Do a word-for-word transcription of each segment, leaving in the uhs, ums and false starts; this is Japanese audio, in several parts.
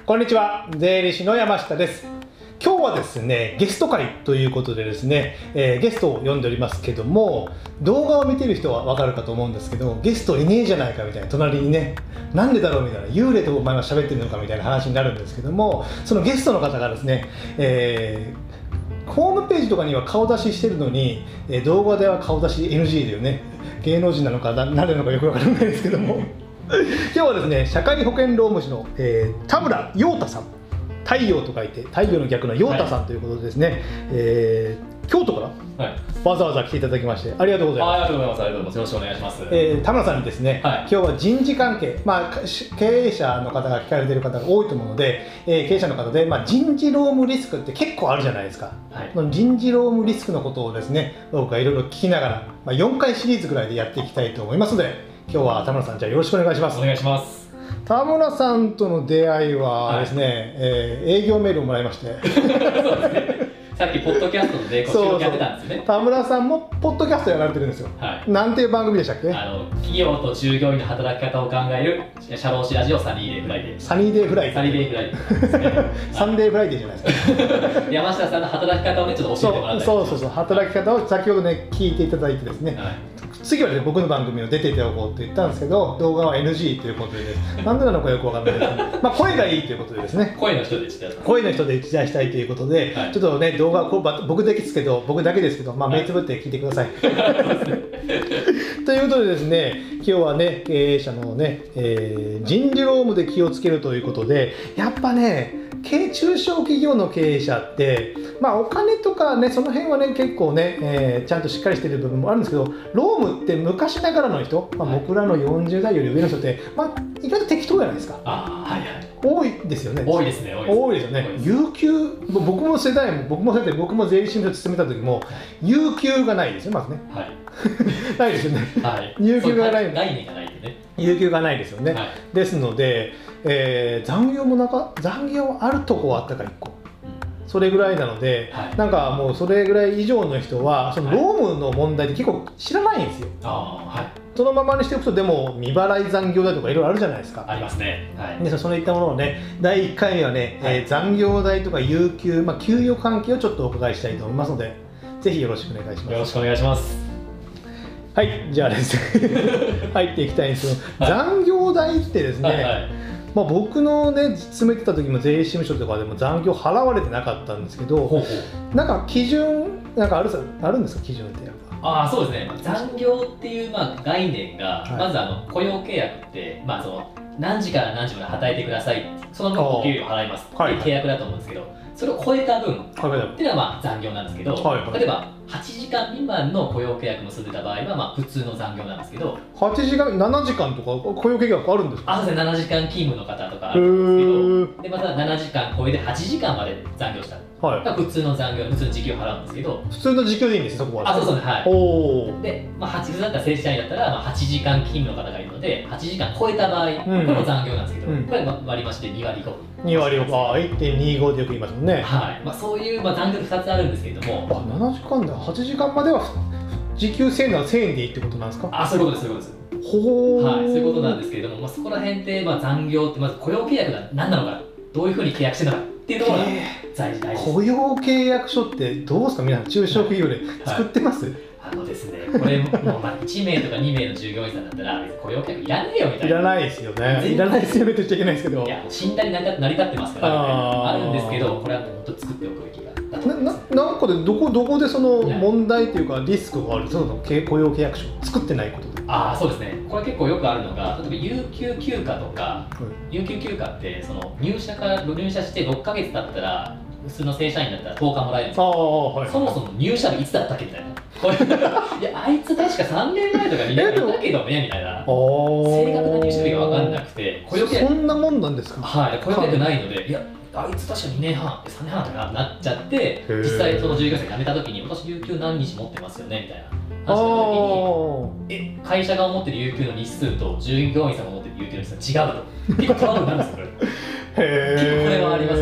こんにちは、税理士の山下です。今日はですね、ゲスト会ということでですね、えー、ゲストを呼んでおりますけども、動画を見てる人はわかるかと思うんですけど、ゲストいねえじゃないかみたいな、隣にね、なんでだろうみたいな、幽霊とお前は喋ってるのかみたいな話になるんですけども、そのゲストの方がですね、えー、ホームページとかには顔出ししてるのに、えー、動画では顔出し エヌジー だよね。芸能人なのか誰なのかよくわからないですけども今日はですね、社会保険労務士の、えー、田村陽太さん、太陽と書いて太陽の逆の陽太さんということでですね、はい、えー、京都から、はい、わざわざ来ていただきましてありがとうございます。 ありがとうございます。ありがとうございます。よろしくお願いします。 えー、田村さんにですね、はい、今日は人事関係、まあ、経営者の方が聞かれている方が多いと思うので、えー、経営者の方で、まあ、人事労務リスクって結構あるじゃないですか、はい、その人事労務リスクのことをですね、僕はいろいろ聞きながら、まあ、よんかいシリーズぐらいでやっていきたいと思いますので、今日は田村さん、じゃあよろしくお願いします。 お願いします。 田村さんとの出会いはですね、はい、えー、営業メールをもらいましてそうですね、 さっきポッドキャストで収録やってたんですね。 田村さんもポッドキャストやられてるんですよ、はい、なんていう番組でしたっけ？ あの企業と従業員の働き方を考える社労士ラジオサニーデイフライデー。 サニーデイフライデー。 サニーデイフライデーですねサンデーフライデーじゃないですか山下さんの働き方をね、ちょっと教えてもらったり。 そうそうそう、働き方を先ほどね、聞いていただいてですね、はい、次は、ね、僕の番組を出ていただこうと言ったんですけど、動画は エヌジー ということで、なんでなのかよくわかんないですけど、まあ声がいいということでですね、 声の人で打ち出した声の人で打ち出したいということで、はい、ちょっとね、動画こう僕だけですけど、僕だけですけど、まあ、目つぶって聞いてください。ということでですね、今日はね、経営者のね、えー、人事労務で気をつけるということで、やっぱね、中小企業の経営者って、まあ、お金とかね、その辺はね、結構ね、えー、ちゃんとしっかりしてる部分もあるんですけど、労務って昔ながらの人、まあ、僕らのよんじゅうだいより上の人って、まあ、意外と適当じゃないですか。 あ、はいはい、 多いですよね。 多いですね。 多いですよね。有給、僕も世代も、僕も世代、僕も税理士務所勤めた時も、有給がないですよ、まずね。はい。ないですよね。はい。有給がない。 概念がないんでね。 有給がないですよね。はい、ですので、えー、残業もなか、残業あるとこはあったかいっこ。それぐらいなので、はい、なんかもうそれぐらい以上の人はその労務の問題って結構知らないんですよ。あ、はい、そのままにしておくと、でも未払い残業代とかいろいろあるじゃないですか。 ありますね。はい、 でそういったものをね、だいいっかいめはね、はい、えー、残業代とか有給、まあ、給与関係をちょっとお伺いしたいと思いますので、ぜひよろしくお願いします。 よろしくお願いします。 はい、じゃあですね入っていきたいんですけど、はい、残業代ってですね、はいはい、まあ、僕のね、勤めてた時も税理士事務所とかでも残業払われてなかったんですけど、ほうほう、なんか基準なんかあるあるんですか、基準ってやっぱ。 ああ、そうですね。残業っていうまあ概念が、はい、まずあの雇用契約って、まあ、その何時から何時まで働いてください、その分お給料払いますっていう契約だと思うんですけど、はい、それを超えた分っていうのはまあ残業なんですけど、はいはい、例えばはちじかん未満の雇用契約結んでた場合はまあ普通の残業なんですけど、 はちじかん、ななじかんとか雇用契約あるんですか？ あ、そうですね、ななじかん勤務の方とかあるんですけど、でまたななじかん超えてはちじかんまで残業した、はい、普通の残業、普通の時給を払うんですけど、 普通の時給でいいんです、そこは。あ、 そうそうです、はい。おで、まあ、普通だったら正社員だったら、まあ、はちじかん勤務の方がいるので、はちじかん超えた場合、うん、これも残業なんですけど、うん、これ割り増しでにわりご。 にわりご、あ、いってんにご でよく言いますもんね。 はい、まあ、そういう、まあ、残業ふたつあるんですけれども、 あ、ななじかんだ、はちじかんまでは時給せんえんならせんえんでいいってことなんですか？ あ、そういうことです、そういうことです。 ほー、 はい、そういうことなんですけれども、まあ、そこら辺って、まあ、残業ってまず雇用契約が何なのか、どういうふうに契約してるのかっていうところが大事大事です。 雇用契約書ってどうですか、皆さん中小企業で作ってます？はい、 あのですね、これもうまあいちめいとかにめいの従業員さんだったら雇用契約いらないよみたいな。 いらないですよね。いらないですよねと言っちゃいけないですけど。 いや、信頼に成り立ってますから、あるんですけど、これはもう本当作っておくべきが。 な, な, なんかでどこどこでその問題というかリスクがある、その雇用契約書作ってないことで。 ああ、そうですね。これ結構よくあるのが、例えば有給休暇とか、うん、有給休暇ってその入社から入社してろっかげつ経ったら普通の正社員だったらとおかもらえるんですよ。あ、はい、そもそも入社日いつだったっけみたいな。これいや、あいつ確かさんねんまえとかにねんだけどねみたいな。正確な入社日が分かんなくて、 雇用契約そんなもんなんですか？ はい、雇用契約ないので、いや、あいつ確かにねんはん、さんねんはんとかなっちゃって、実際その従業員さん辞めた時に、私有給何日持ってますよねみたいな話した時に、え、会社が思ってる有給の日数と従業員さんが思ってる有給の日数が違うと。結構トラブルになるんですよ、これ。へー、結構これはあります。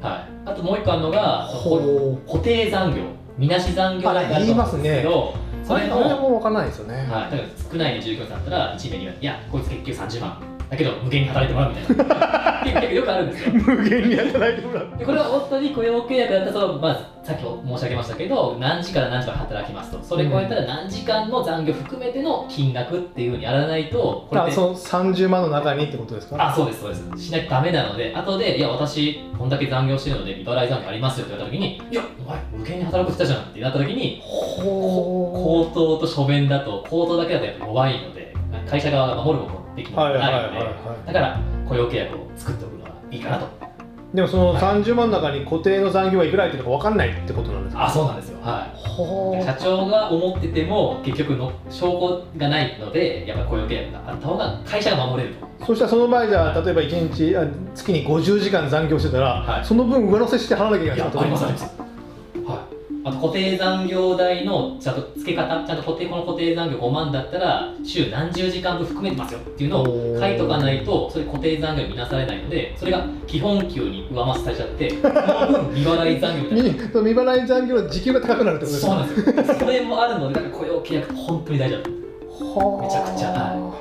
はい。あともう一個あるのが、固定残業、みなし残業代があると思うんですけど、それもも分からないですよね。 はい。だから少ない従業員さんだったらいちめいには、いや、こいつ月給さんじゅうまん。 だけど無限に働いてもらうみたいな結構よくあるんですよ。 無限に働いてもらう。 でこれは本当に雇用契約だったらその、まあ、さっき申し上げましたけど何時から何時まで働きますと、それ超えたら何時間の残業含めての金額っていうふうにやらないと、これあ、そのさんじゅうまんの中にってことですか？ あ、そうですそうです。しないとダメなので、後でいや私こんだけ残業してるので未払い残業ありますよって言われた時に、いやお前無限に働くって言ったじゃんってなった時に、口頭と書面だと口頭だけだとやっぱ弱いので、会社側が守ることができないので、だから雇用契約を作っておくのがいいかなと。 でもそのさんじゅうまんの中に固定の残業はいくら入ってるか分かんないってことなんですか？ あ、そうなんですよ。はい。社長が思ってても結局の証拠がないので、やっぱり雇用契約があった方が会社が守れると。 そしたらその場合じゃあ例えばいちにちあ月にごじゅうじかん残業してたら、はい、その分上乗せして払わなきゃいけないと。ありますあります。はい。あと固定残業代のちゃんと付け方、ちゃんと固定この固定残業ごまんだったら週何十時間分含めてますよっていうのを書いとかないと、それ固定残業に見なされないので、それが基本給に上増されちゃって、その分未払い残業みたいな未払い残業の時給が高くなるってことですか？ そうなんですよ。それもあるので、だから雇用契約本当に大事だと。めちゃくちゃ、はい、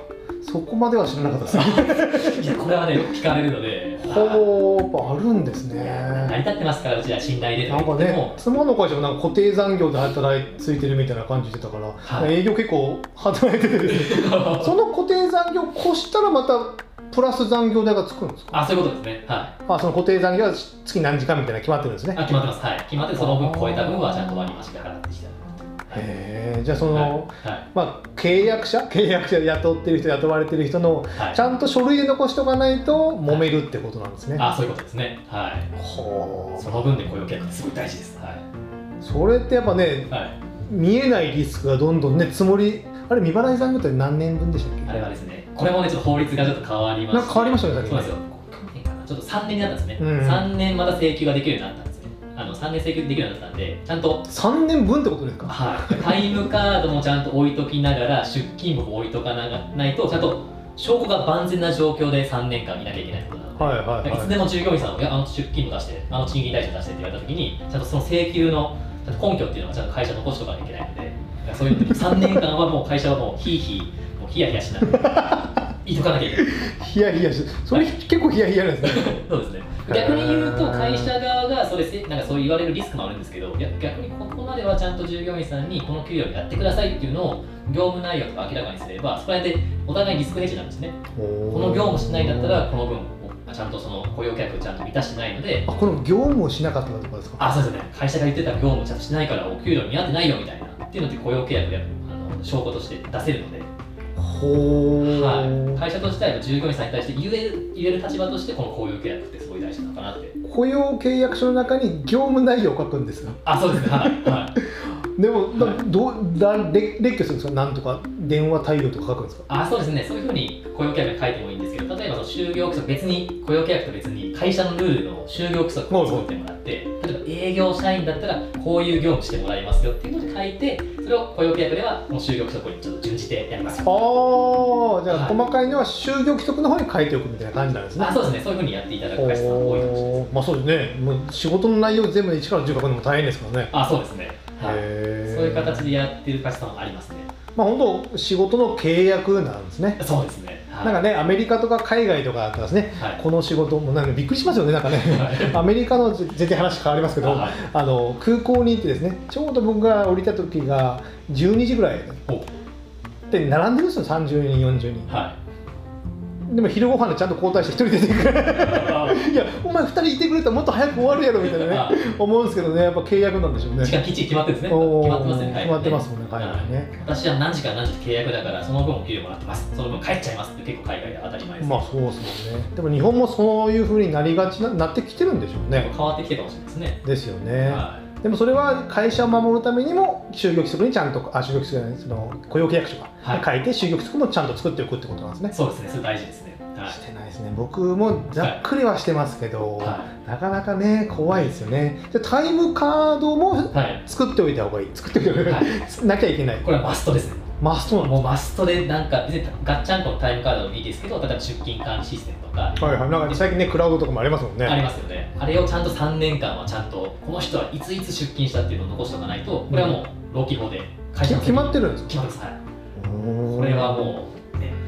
そこまでは知らなかったですね。 いや、これはね、よく聞かれるので。 ほー、やっぱあるんですね。 成り立ってますから、うちは信頼で。 なんかね、妻の会社もなんか固定残業で働いついてるみたいな感じでたから、はい、営業結構働いててその固定残業越したらまたプラス残業代がつくんですか？ あ、そういうことですね。はい。 あ、その固定残業は月何時間みたいな決まってるんですね。 あ、決まってます。はい。決まってその分超えた分はちゃんと割り増しで払ってきて。 へえ、じゃあその、はいはい、まあ契約者契約者雇ってる人雇われてる人の、はい、ちゃんと書類で残しておかないと揉めるってことなんですね。 はい、あ、そういうことですね。はい。ほう。その分で雇用契約ってすごい大事です。はい。 それってやっぱね、はい、見えないリスクがどんどんね積もり、あれ未払い残業って何年分でしたっけ？ あれはですね、これもねちょっと法律がちょっと変わりまして、 なんか変わりましたね。 そうですよ。ちょっとさんねんになったんですね。うん、さんねんまた請求ができるようになったんです。あのさんねん請求できるようになったんで、ちゃんとさんねんぶんってことですか？ はい、タイムカードもちゃんと置いときながら出勤簿も置いとかないと、ちゃんと証拠が万全な状況でさんねんかんいなきゃいけないことなので、はいはいはい、いつでも従業員さんをいやあの出勤簿出してあの賃金代書出してって言われた時に、ちゃんとその請求の根拠っていうのがちゃんと会社残しとかなきゃいけないので、そういう時さんねんかんはもう会社はもうヒーヒーもうヒヤヒヤしながら言いとかなきゃいけない。 ヒヤヒヤし、それ、はい、結構ヒヤヒヤなんですね。 そうですね。逆に言うと会社側がそれなんかそう言われるリスクもあるんですけど、逆にここまではちゃんと従業員さんにこの給料やってくださいっていうのを業務内容とか明らかにすれば、そこら辺でお互いリスクヘッジなんですね。この業務しないんだったらこの分ちゃんとその雇用契約をちゃんと満たしてないので、 あ、この業務をしなかったとかですか？ あ、そうですね。会社が言ってた業務をちゃんとしないからお給料見合ってないよみたいなっていうのって雇用契約であの証拠として出せるので。ほはい、会社としては従業員さんに対して言える言える立場としてこの雇用契約ってすごい大事なのかなって。 雇用契約書の中に業務内容を書くんですか？ あ、そうですね。はい、はいでも、はい、どうだ列挙するんですか？なんとか電話対応とか書くんですか？ あ、そうですね。そういうふうに雇用契約に書いてもいいんですけど、例えばその就業規則、別に雇用契約と別に会社のルールの就業規則を作ってもらって、例えば営業社員だったらこういう業務してもらいますよっていうので書いて、それを雇用契約ではこの就業規則にちょっと準じてやりますよ。 ああ、じゃあ、はい、細かいのは就業規則の方に書いておくみたいな感じなんですね。 あ、そうですね。そういうふうにやっていただく会社さん多いかもしれないです。 まあそうですね。もう仕事の内容全部でいちからじゅう書くのも大変ですからね。 あ、そうですね。はい、そういう形でやってる会社さんはありますね。 まあ本当仕事の契約なんですね。 そうですね。はい、 なんかね、アメリカとか海外とかだったらですね、はい、この仕事もなんかびっくりしますよね、なんかね、はい、アメリカの全然話変わりますけど、はい、あの空港に行ってですね、ちょうど僕が降りた時がじゅうにじぐらいで並んでるんですよ、さんじゅうにんよんじゅうにん。はい、でも昼ご飯でちゃんと交代してひとり出てくるいやお前ふたりいてくれたらもっと早く終わるやろみたいなね思うんですけどね、やっぱ契約なんでしょうね。 時間きっちり決まってるんですね。決まってますね。 決まってますもんね、海外ね。 私は何時から何時で契約だからその分お給料もらってます、その分帰っちゃいますって結構海外で当たり前です。 まあそうですもんね。でも日本もそういう風になりがちななってきてるんでしょうね。 変わってきてるかもしれないですね。 ですよね。はい、でもそれは会社を守るためにも就業規則にちゃんとあ就業規則じゃないその雇用契約書が書いて、就業規則もちゃんと作っておくってことなんですね。 そうですね。それ大事ですね。はい、 してないですね。僕もざっくりはしてますけど、はい、なかなかね怖いですよね。でタイムカードも作っておいた方がいい。作っておいた方がいい、はい、なきゃいけない。 これはマストですね。 マストなの？ もうマストでなんか別にガッチャンコのタイムカードでもいいですけど、例えば出勤管理システムとか、 はいはい、なんか最近ねクラウドとかもありますもんね。 ありますよね。あれをちゃんとさんねんかんはちゃんとこの人はいついつ出勤したっていうのを残しておかないと、これはもう労基法で会社の決まってるんですか？ 決まってます。はい。これはもうね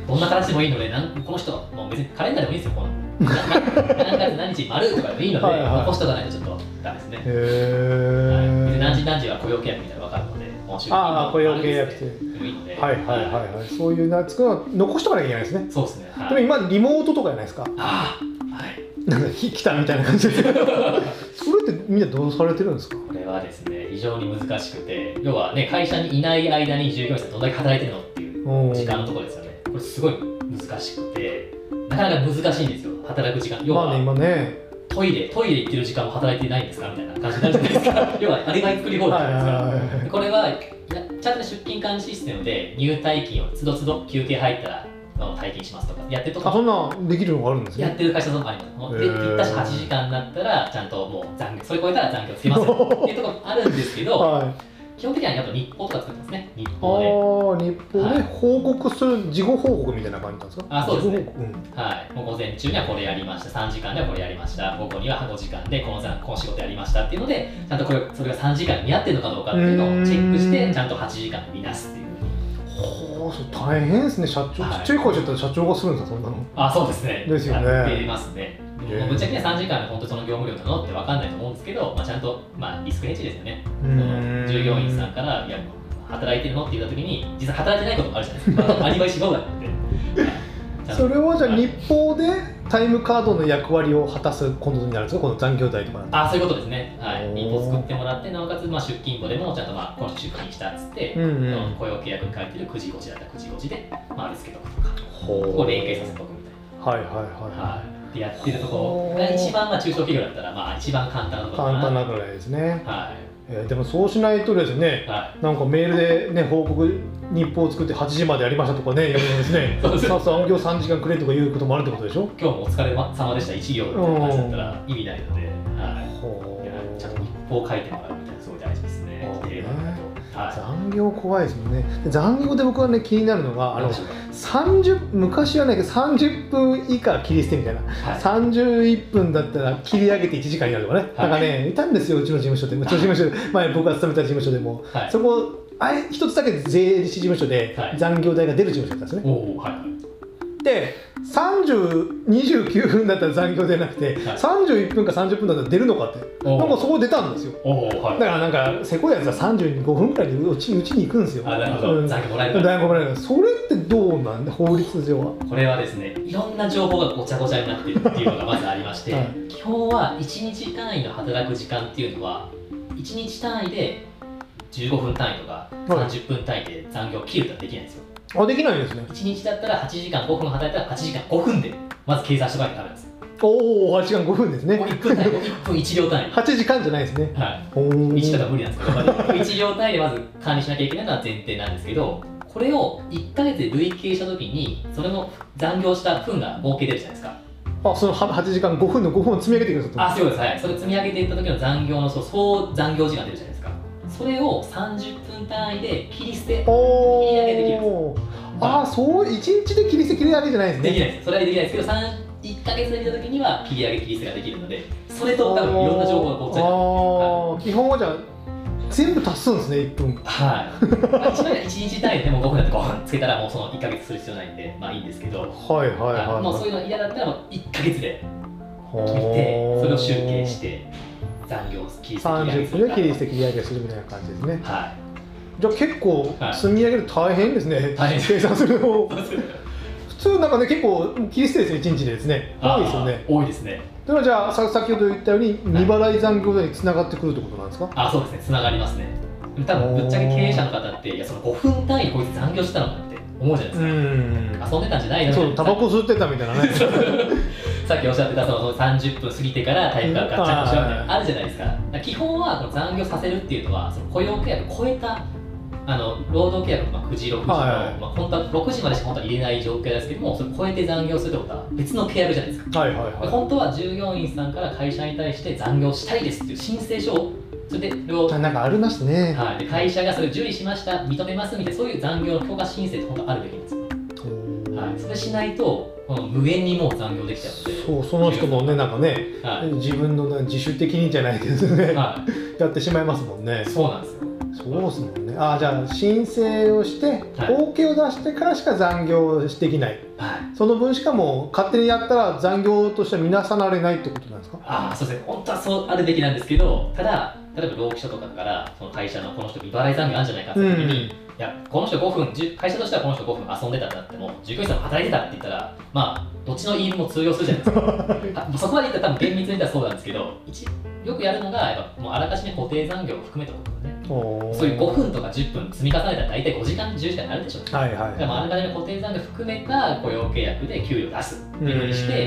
どんな形でもいいので、なんこの人はもう別にカレンダーでもいいですよ、このなな何月何日丸とかでもいいので、 はいはい残しとかないとちょっとダメですね。 へはい、で何時え。 何時は雇用契約みたいなのが分かるので、もう出ああ、雇用契約でもいいので、 はいはいはいはい。そういうなつくのは残しとかなきゃいけないですね。 そうですね。はい、 でも今リモートとかじゃないですか。 ああ、はい。 なんか来たみたいな感じで。それってみんなどうされてるんですか。 これはですね、非常に難しくて、要はね、会社にいない間に従業員さんどんだけ働いてるのっていう時間のところですよね。これすごい難しくて、なかなか難しいんですよ、働く時間。要は、 まあね、今ね、 トイレ、トイレ行ってる時間も働いてないんですかみたいな感じになるじゃないですか。要は、アリバイ作り放題じゃないですか。これは、ちゃんと出勤管理システムで入退勤をつどつど休憩入ったら、退勤しますとかやってるとこあ、そんなできるのがあるんですね。 やってる会社さんもあります。で、ぴったしはちじかんになったら、ちゃんともう残業、それ超えたら残業つけますよっていうところもあるんですけど、 はい、 基本的にはやっぱ日報とか作ってますね。日報で。ああ、日報で、はい、報告する、事後報告みたいな感じなんですか。 あ、そうですね。 うん、 はい。もう午前中にはこれやりました。さんじかんではこれやりました。午後にはごじかんでこのこの仕事やりましたっていうので、ちゃんとこれそれがさんじかんに合ってるのかどうかっていうのをチェックして、ちゃんとはちじかんで見なすっていう。 ほう、それ大変ですね。社長、はい、ちっちゃい会社だったら社長がするんですか、そんなの。 あ、そうですね。 ですよね。 やってますね。もうぶっちゃけさんじかんで本当にその業務量なのって分かんないと思うんですけど、まあ、ちゃんと、まあ、リスクヘッジですよね。従業員さんからいや働いてるのって言ったときに、実は働いてないこともあるじゃないですか。アリバイし放題なんで。 それはじゃあ日報でタイムカードの役割を果たすことになるんですか、この残業代とか。 あ、そういうことですね。はい。日報作ってもらって、なおかつまあ出勤簿でもちゃんとまあこの人出勤したっつって、うんうん、雇用契約に書いてるくじごじだったらくじごじで丸つけとくとか、ここを連携させておくみたいな。はいはいはい。はい。でやってるところが一番まあ中小企業だったらまあ一番簡単なところかな。 簡単なぐらいですね。 はい。 えー、でもそうしないとですね、はい、なんかメールで、ね、報告日報を作ってはちじまでやりましたとかね、ですね残業さんじかんくれとかいうこともあるってことでしょ。 今日もお疲れ様でしたいち行みたいな感じだったら意味ないので、はい、ちゃんと日報を書いてもらうみたいなすごい大事ですね。 はい、残業怖いですもんね。残業で僕はね気になるのがあのさんじゅう昔はねさんじゅっぷん以下切り捨てみたいな、はい、さんじゅういっぷんだったら切り上げていちじかんになるとかね、はい、なんかねいたんですよ、うちの事務所で。うちの事務所で前僕が勤めた事務所でも、はい、そこあれ一つだけ税理士事務所で残業代が出る事務所だったんですね。はい、でさんじゅう、にじゅうきゅうふんだったら残業出なくて、はい、さんじゅういっぷんかさんじゅっぷんだったら出るのかって、なんかそこ出たんですよ。はい、だからなんかせこいやつはさんじゅうごふんくらいでうちうちに行くんですよ。 あ、なるほど、うん、残業もらえる残業もらえる。それってどうなんで、法律上は。 これはですね、いろんな情報がごちゃごちゃになっているっていうのがまずありまして、はい、基本はいちにち単位の働く時間っていうのはいちにち単位でじゅうごふん単位とかさんじゅっぷん単位で残業を切ることはできないんですよ。 あ、できないんですね。 いちにちだったらはちじかんごふん働いたらはちじかんごふんでまず計算しておかなきゃダメなんです。 おお、はちじかんごふんですね。 いっぷん単位、いっぷんいちびょう単位。 はちじかんじゃないですね。 はい。いちとか無理なんですけど、いっぷんいちびょう単位でまず管理しなきゃいけないのは前提なんですけど、これをいっかげつで累計したときに、それの残業した分が合計出るじゃないですか。 あ、そのはちじかんごふんのごふんを積み上げてくださった。 あ、そうです。はい。それ積み上げていった時の残業の総残業時間出るじゃないですか。それをさんじゅっぷん単位で切り捨て、切り上げできるんです。 ああ、そういちにちで切り捨て切り上げじゃないですね。 できないです。それはできないですけど、いっかげつで見たときには切り上げ切り捨てができるので、それと多分いろんな情報がごっちゃになってる。基本はじゃあ全部足すんですね、いっぷん。 はい。一番いちにち単位でもごふんだってごふんつけたらもうそのいっかげつする必要ないんで、まあいいんですけど、 はいはいはい、はい、 もうそういうの嫌だったらもういっかげつで切ってそれを集計して残業を切り捨て切り上げする。 さんじゅっぷんで切り捨て切り上げするみたいな感じですね。 はい。 じゃあ結構積み上げる大変ですね、はい、計算するの普通なんかね結構切り捨てですよ、いちにちでですね。多いですよね。 多いですね。 ではじゃあ先ほど言ったように未払い残業代につながってくるってことなんですか。 あ、そうですね、つながりますね。多分ぶっちゃけ経営者の方っていやそのごふん単位こいつ残業したのかって思うじゃないですか。遊んでたんじゃないの。 そう、タバコ吸ってたみたいなねさっきおっしゃってたそのさんじゅっぷん過ぎてからタイプがガッチャンコしようみたいなあるじゃないですか。基本はこの残業させるっていうのはその雇用契約を超えたあの労働契約のくじろくじの、はいはい、まあ、本当はろくじまでしか本当は入れない状況ですけども、それを超えて残業するってことは別の契約じゃないですか。はいはいはい、本当は従業員さんから会社に対して残業したいですっていう申請書をそれでなんかありますね、 はい、で会社がそれを受理しました認めますみたいなそういう残業の許可申請って本当あるべきなんですよ。はい、それしないとこの無限にもう残業できちゃうので、 そう、その人もねなんかね、はい、自分の自主的にじゃないけどね、はい、やってしまいますもんね。 そうなんですよ。 そそうですもんね。あ、じゃあ申請をして、はい、OK を出してからしか残業できない、はい、その分しかもう勝手にやったら残業としては見なされないってことなんですか？ ああ、そうですね、本当はそうあるべきなんですけど、ただ例えば労基署とかからその会社のこの人未払い残業あるんじゃないかって時に、うん、いやこの人ごふん、会社としてはこの人ごふん遊んでたってなっても従業員さんも働いてたって言ったら、まあどっちの言い分も通用するじゃないですかそこまで言ったら多分厳密に言ったらそうなんですけど、一よくやるのがやっぱもうあらかじめ固定残業を含めておくのね。そういうごふんとかじゅっぷん積み重ねたら大体ごじかんじゅうじかんになるでしょう、ね。はいはいはい、でもあらかじめ固定残業含めた雇用契約で給料を出すっていうふうにして、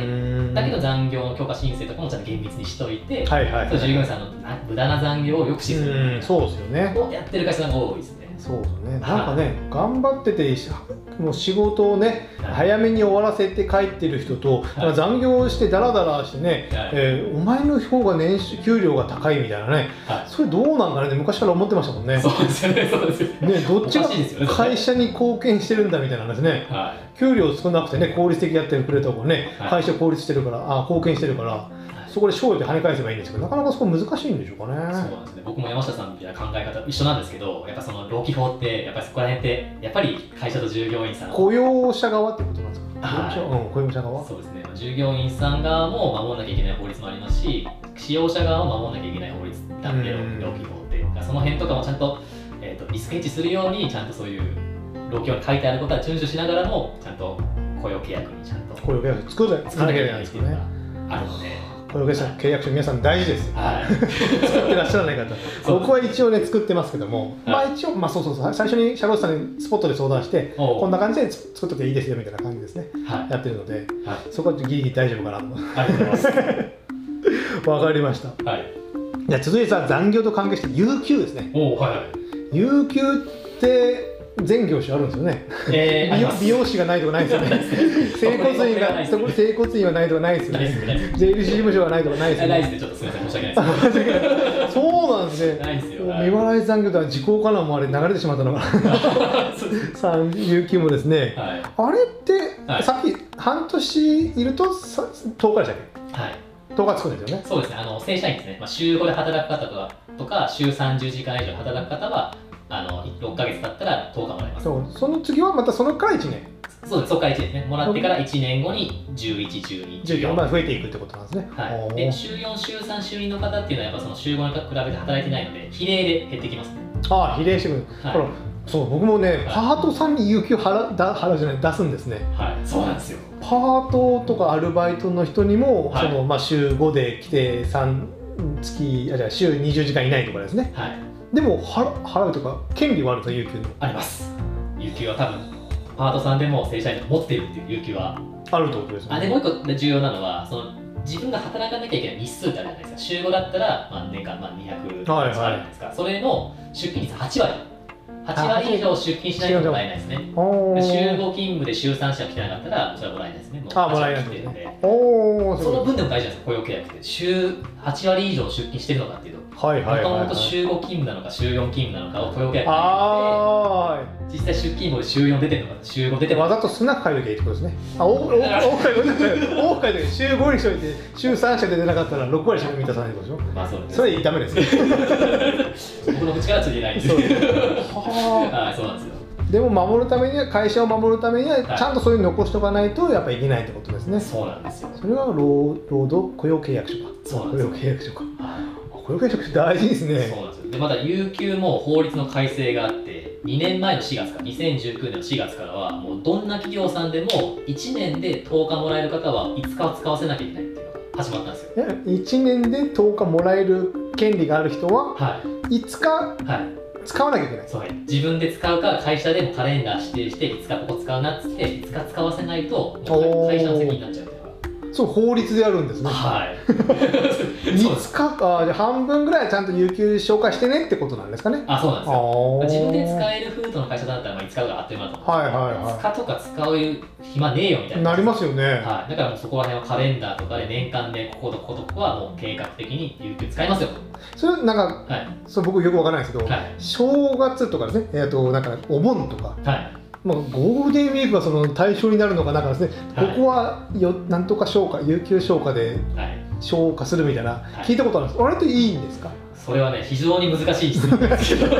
だけど残業の許可申請とかもちゃんと厳密にしといて、はいはいはい、従業員さんの無駄な残業を抑止する、うそうですよね。をやってる会社が多いですね。 そうですね。なんかね、頑張っててもう仕事をね、はい、早めに終わらせて帰ってる人と、はい、残業してダラダラしてね、はい、えー、お前の方が年収給料が高いみたいなね、はい、それどうなんかね、昔から思ってましたもんね。 そうですよね、そうですよね。 どっちが会社に貢献してるんだみたいな話ね。はい、給料少なくてね、効率的やってくれた方がね、はい、会社効率してるから、あ、貢献してるから。そこで賞与で跳ね返せばいいんですけど、なかなかそこ難しいんでしょうかね。そうなんですね。僕も山下さんみたいな考え方一緒なんですけど、やっぱその労基法ってやっぱりそこら辺ってやっぱり会社と従業員さん雇用者側ってことなんですか？ はい、 うん、雇用者側。 そうですね。従業員さん側も守らなきゃいけない法律もありますし、使用者側も守らなきゃいけない法律なんで、労基法って。その辺とかもちゃんと、えーとリスクヘッジするようにちゃんとそういう労基法に書いてあることは遵守しながらもちゃんと雇用契約にちゃんと雇用契約作らなきゃいけないっていうのがあるので。 雇用契約書皆さん大事ですよ、はい、作ってらっしゃらない方僕は一応ね作ってますけども、はい、まあ一応まあそうそうそう最初に社労士さんにスポットで相談してこんな感じで作っときゃいいですよみたいな感じですね、はい、やってるので、はい、そこはギリギリ大丈夫かなと思います。ありがとうございますわかりました、はい、じゃあ続いては残業と関係して有給ですね。お、はいはい、有給って全業種あるんですよね、えー、美, 容美容師がないとかないですよね整骨院が整骨院はないとかないですよね税理士事務所がないとかないですよね。 ないですね、ちょっとすみません申し訳ないです。 そうなんですね。ないですよ。未払い残業とは時効かなもあれ流れてしまったのかな有給もですね、はい、あれって、はい、さっき半年いるととおかでしたっけ？はい、とおかつくんですよね。 そうですね、あの正社員ですね、まあ、週ごで働く方とかとか週さんじゅうじかん以上働く方はあのろっかげつ経ったらとおかもらえます。 そう、その次はまたそのからいちねん。 そうです、そこからいちねんですね。もらってからいちねんごにじゅういち、じゅうに、じゅうよん、 まあ増えていくってことなんですね。 はい。で、週よん、週さん、週にの方っていうのはやっぱその週ごに比べて働いてないので比例で減ってきますね。 ああ、比例してくる。はい、ほら、そう僕もね、パートさんに有給払だ払うじゃない出すんですね。はい。そうなんですよ。パートとかアルバイトの人にも、はい、そのまあ週ごで来てさん月あじゃあ週にじゅうじかん以内とかですね。はい。でも払うとか権利はあるんですか、有給の？ あります。有給は多分パートさんでも正社員でも持っているっていう有給はあるってことですね。 あでもう一個重要なのはその自分が働かなきゃいけない日数ってあるじゃないですか。週ごだったら、まあ、年間、まあ、にひゃくあるじゃないですか、はいはい、それの出勤率はちわりはちわり以上出勤しないともらえないですね。週ご勤務で週さんしか来てなかったらそれはもらえないですね。もうあもらえないですね。おその分でも大事なんですよ、雇用契約って。週はちわり以上出勤してるのかっていうと、もともと週ご勤務なのか週よん勤務なのかを雇用契約で実際出勤簿で週よん出てるのか週ご出てるのかわざと少なく書いときゃいいってことですね。あ多く書いて週ごにしといて週さんしか出てなかったらろくわりしか満たさないってことでしょ。まあそうです。それダメですよ僕の口からついてないんですよ。はい、そうなんですよ。 でも守るためには会社を守るためにはちゃんとそういうの残しておかないとやっぱりいけないってことですね。はい、 そうなんですよ。 それが労働雇用契約書か。 そうなんですよ。 雇用契約書か。雇用契約書大事ですね。 そうなんですよ。でまた有給も法律の改正があってにねんまえのしがつかにせんじゅうきゅうねんのしがつからはもうどんな企業さんでもいちねんでとおかもらえる方はいつかは使わせなきゃいけないっていうのが始まったんですよ。 いちねんでとおかもらえる権利がある人は、はい、いつか、はい使わなきゃいけない。 そう、自分で使うか会社でもカレンダー指定していつかここ使うなっつっていつか使わせないともう会社の責任になっちゃうっていうのがそう法律であるんですね。はいいつかあじゃあ半分ぐらいはちゃんと有給消化してねってことなんですかね。 あそうなんですよ。自分で使えるフードの会社だったらまあいつかがあっという間だと思うんですけど、はいはいはい、いつかとか使う暇ねえよみたいななりますよね。 はい、だからもうそこら辺はカレンダーとかで年間でこことこことここはもう計画的に有給使いますよ。 それなんか、はい、そう僕よくわからないですけど、はい、正月とかですね、えー、となんかお盆とか、はいまあ、ゴールデンウィークがその対象になるのかなんかですね、はい、ここはよなんとか消化有給消化で消化するみたいな、はい、聞いたことあるんです。あれっていいんですか？ それはね非常に難しい質問なんですけど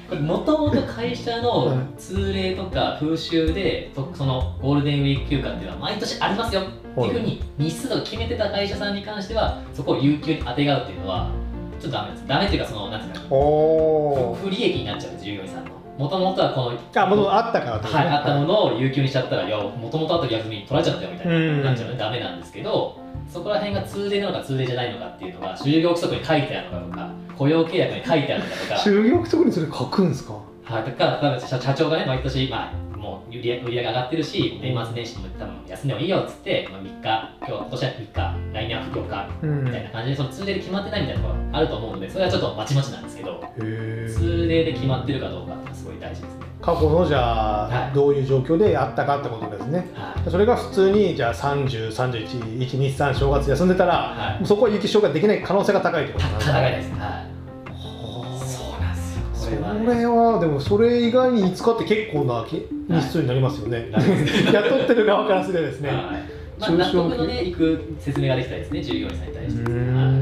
これもともと会社の通例とか風習で、とそのゴールデンウィーク休暇っていうのは毎年ありますよっていうふうに日数を決めてた会社さんに関しては、そこを有給にあてがうっていうのはちょっとダメです。ダメっていうか、そのなんていうか不利益になっちゃうんです、従業員さんの。もともとはこのあものあったからとはい、あったものを有給にしちゃったら、いやもともとあった休み取られちゃったよみたいななっちゃうのでダメなんですけど、そこら辺が通例なのか通例じゃないのかっていうのが就業規則に書いてあるのかとか、雇用契約に書いてあるのかとか、 就業規則にそれ書くんですか。 はい、とか、例えば社社長がね、毎年、まあ、もう売り上げが上がってるし、年末年始も多分休んでもいいよっつって、まあ、みっか、今日今年はみっか、来年はふつかみたいな感じで、その通例で決まってないみたいなところがあると思うので、それはちょっとまちまちなんですけど、通例で決まってるかどうかっていうのはすごい大事ですね。 過去のじゃあ、はい、どういう状況であったかってことですね、はい、それが普通にじゃあさんじゅう、さんじゅういち、いち、に、さん正月休んでたら、はい、そこは有給消化できない可能性が高いってことなんですね。 高いです、はい、そうなんですよ。 それは、ね、それはでもそれ以外にいつかって結構な日数になりますよね、はい、雇ってる側からすればですね、はい、 まあ、納得のねいく説明ができたいですね、従業員さんに対して。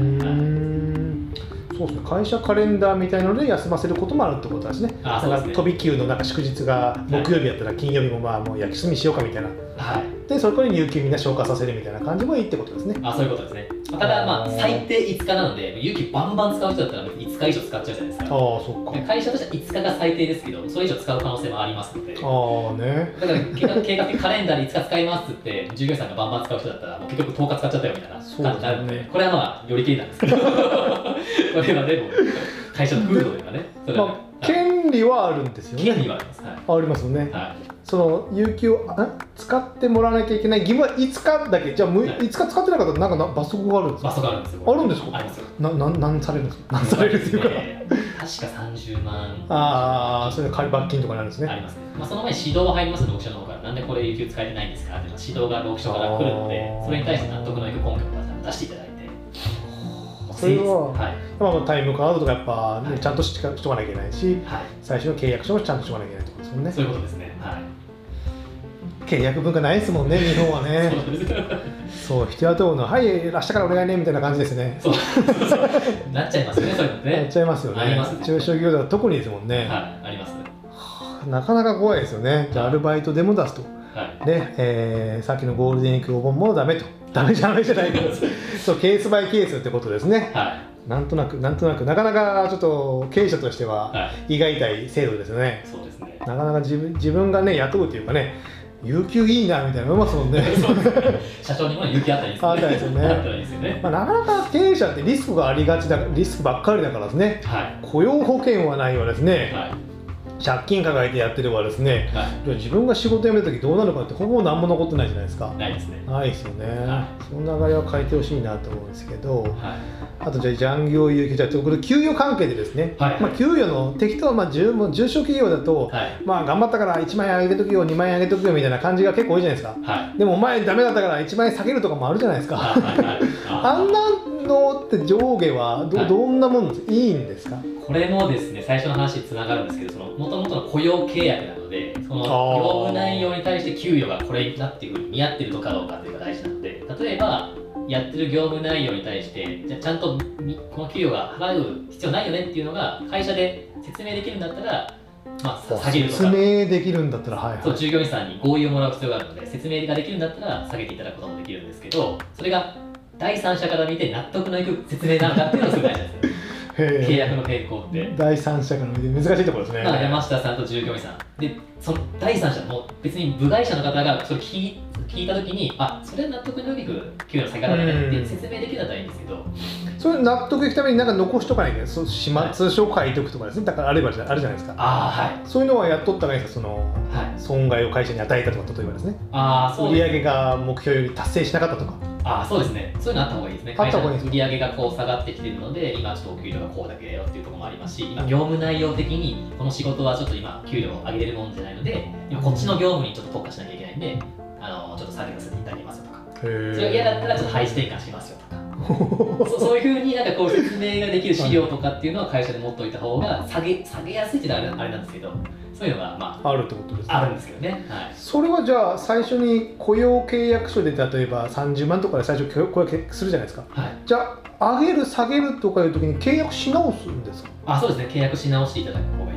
そうですね、会社カレンダーみたいなので休ませることもあるってことですね。ああ、なんか飛び級のなんか祝日が木曜日やったら金曜日もまあもう焼き済みしようかみたいな、はい、でそこに有給みんな消化させるみたいな感じもいいってことですね。 あ、そういうことですね。ただまあ最低いつかなので、有給バンバン使う人だったらいつか以上使っちゃうじゃないですか。ああ、そっか。会社としてはいつかが最低ですけど、それ以上使う可能性もありますので。ああね。だから計画計画的カレンダーでいつか使いますって言って従業員さんがバンバン使う人だったらもう結局とおか使っちゃったよみたいな感じになるので、これはまあよりきりなんですけど、これはでも会社の風土というかね、それは、ね、まあ、 権利はあるんですよね。 権利はあります。はい、ありますよね。 はい、その有給を使ってもらわなきゃいけない義務はいつかだけ、じゃあ、はい、いつか使ってなかったらなんか罰則があるんですか。 罰則あるんですよ。 あるんですか。 ありますよ。 な、な、なんされるんですか。なんされるっていうか、 ね、確かさんじゅうまん。 ああ、それで仮罰金とかなんですね。 ありますね。まあ、その前に指導入ります、労基署の方から、なんでこれ有給使えてないんですかっていう指導が労基署から来るので、それに対して納得のいく根拠を出していただいて。 それは、はい、まあタイムカードとかやっぱ、ね、はい、ちゃんとしとかなきゃいけないし、はい、最初の契約書もちゃんとしとかなきゃいけないってことですもんね。 そういうことですね。はい、 契約文化ないですもんね、日本はね。そう、人雇うの、はい、明日からお願いねみたいな感じですね。 そうなっちゃいますよね、そういうのね。 なっちゃいますよね。ありますね。中小企業では特にですもんね。 はい、ありますね。 なかなか怖いですよね。じゃあアルバイトでも出すと。はい、で、えー、さっきのゴールデンウィークお盆もダメと。ダメじゃダメじゃないけど、そうケースバイケースってことですね。はい、なんとなくなんとなくなかなかちょっと経営者としては胃が痛い制度ですよね。 そうですね。 なかなか自分自分がね雇うというかね、有給いいなみたいな思いますもんね。 社長にも有給あったりですね。 あったりですよね。あったりですよね。まあなかなか経営者ってリスクがありがちだ、リスクばっかりだからですね。はい、雇用保険はないわですね。はい、借金抱えてやってればですね、はい、自分が仕事辞めた時どうなるかってほぼ何も残ってないじゃないですか。 ないですね。 ないですよね。はい、その流れは変えてほしいなと思うんですけど、はい、あとじゃあ残業有給、じゃあこれ給与関係でですね、はい、まあ、給与の適当はまあ重重小企業だと、はい、まあ頑張ったからいちまん円上げとくよにまん円上げとくよみたいな感じが結構多いじゃないですか。はい、でもお前ダメだったからいちまん円下げるとかもあるじゃないですか。はいはいはい、あんなのって上下は ど,、はい、どんなもんですか。いいんですか。 これもですね、最初の話につながるんですけど、もともとの雇用契約なので、その業務内容に対して給与がこれだっていうふうに見合ってるのかどうかっていうのが大事なので、例えばやってる業務内容に対してじゃちゃんとこの給与が払う必要ないよねっていうのが会社で説明できるんだったら、まあ、下げるとか。 説明できるんだったら、はいはい、 そう従業員さんに合意をもらう必要があるので、説明ができるんだったら下げていただくこともできるんですけど、それが第三者から見て納得のいく説明なのかっていうのがすごい大事なんですよ。契約の変更って第三者から見て難しいところですね。 まあ、山下さんと従業員さんで、その第三者も別に部外者の方がそれ聞い聞いたときに、あ、それは納得のいく給与の下げ方だねって説明できるんだったらいいんですけど、 それ納得いくためになんか残しとかないけど、そう始末書書いておくとかですね。だからあればあるじゃないですか。あ、はい、そういうのはやっとった方がいいですか。その、はい、損害を会社に与えたとか、例えばですね。あ、そうですね。売上が目標より達成しなかったとか。 あ、そうですね。そういうのあった方がいいですね。会社の売上がこう下がってきているので、今ちょっとお給料がこうだけだよっていうところもありますし、今業務内容的にこの仕事はちょっと今給料を上げれるもんじゃないので、今こっちの業務にちょっと特化しなきゃいけないんで、あのちょっと下げさせていただきますよとか、それが嫌だったらちょっと配置転換しますよとか、そ, そういうふうになんかこう説明ができる資料とかっていうのは会社で持っておいた方が下げ下げやすいっていうのはあれなんですけど。そういうのが、まあ、 あるってことですね。 あるんですけどね。はい、 それはじゃあ最初に雇用契約書で例えばさんじゅうまんとかで最初雇用契約するじゃないですか。はい、じゃあ上げる下げるとかいう時に契約し直すんですか。 あ、そうですね。契約し直していただく方がいいです。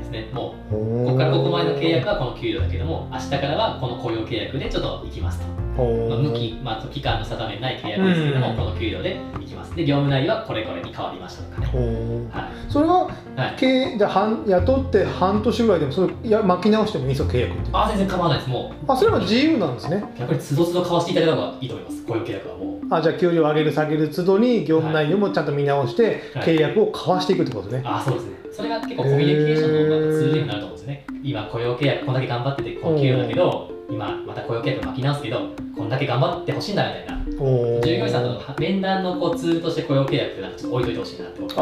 ですね。もうここからここまでの契約はこの給料だけども、明日からはこの雇用契約でちょっと行きますと。まあ、無期、まあ、期間の定めない契約ですけども、この給料で行きます。で、業務内容はこれこれに変わりましたとかね。はい、 それは、 はい、 経じゃあ雇って半年ぐらいでもそれや巻き直してもいいですか、契約って。 あ、全然構わないです。もうあそれは自由なんですね。 やっぱりつどつど交わしていただいた方がいいと思います。雇用契約はもう。 あじゃあ給料を上げる下げる都度に業務内容もちゃんと見直して契約を交わしていくってことですね。 はいはい、あそうですね。それが結構コミュニケーションのなんかツールになると思うんですね。今雇用契約こんだけ頑張っててこの給料だけど、今また雇用契約巻き直すけどこんだけ頑張ってほしいんだみたいな。従業員さんとの面談のこうツールとして雇用契約ってなんかちょっと置いといてほしいなって思ってます。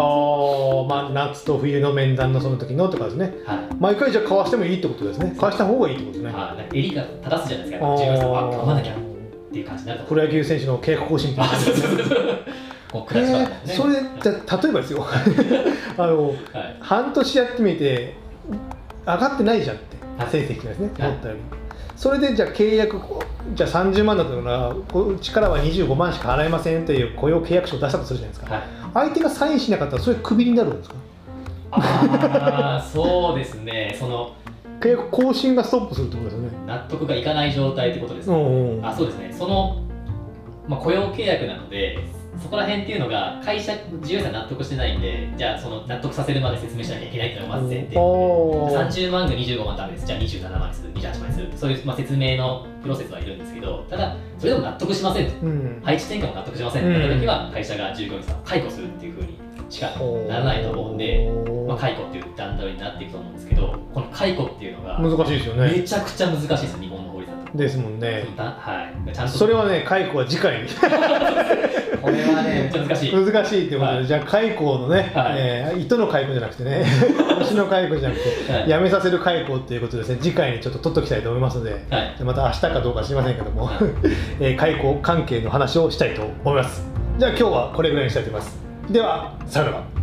ああ、まあ夏と冬の面談のその時のとかですね。はい、毎回じゃあ交わしてもいいってことですね。交わした方がいいってことですね。 はい、襟が正すじゃないですか。従業員さんは頑張らなきゃっていう感じになると。 プロ野球選手の契約更新みたいな。それじゃ例えばですよあの、はい、半年やってみて上がってないじゃんって、はい、成績がですね、思ったより。それでじゃあ契約じゃあさんじゅうまんだったらうちからはにじゅうごまんしか払えませんという雇用契約書を出したとするじゃないですか、はい、相手がサインしなかったらそれクビになるんですか？ ああそうですね、その契約更新がストップするってことですよね。 納得がいかない状態ってことですね。うんうん、あそうですね、その、まあ、雇用契約なのでそこら辺っていうのが会社従業員さん納得してないんで、じゃあその納得させるまで説明しなきゃいけないっていうのがまず前提。さんじゅうまんがにじゅうごまんダメです、じゃあにじゅうななまんにする、にじゅうはちまんにする、そういう、まあ、説明のプロセスはいるんですけど、ただそれでも納得しませんと、うん、配置転換も納得しませんって言った時は会社が従業員さんを解雇するっていうふうにしかならないと思うんで、まあ、解雇っていう段取りになっていくと思うんですけど、この解雇っていうのが難しいですよね。 めちゃくちゃ難しいです、日本の法律だと。 ですもんね。 はい、ちゃんとそれはね、解雇は次回にこれはね、めっちゃ難しい難しいってことで、はい、じゃあ解雇のね、はい、えー、糸の解雇じゃなくてね虫の解雇じゃなくて、はい、やめさせる解雇っていうことですね、次回にちょっと取っておきたいと思いますので、はい、また明日かどうか知りませんけども、はいえー、解雇関係の話をしたいと思います。じゃあ今日はこれぐらいにしたいと思います。ではさよなら。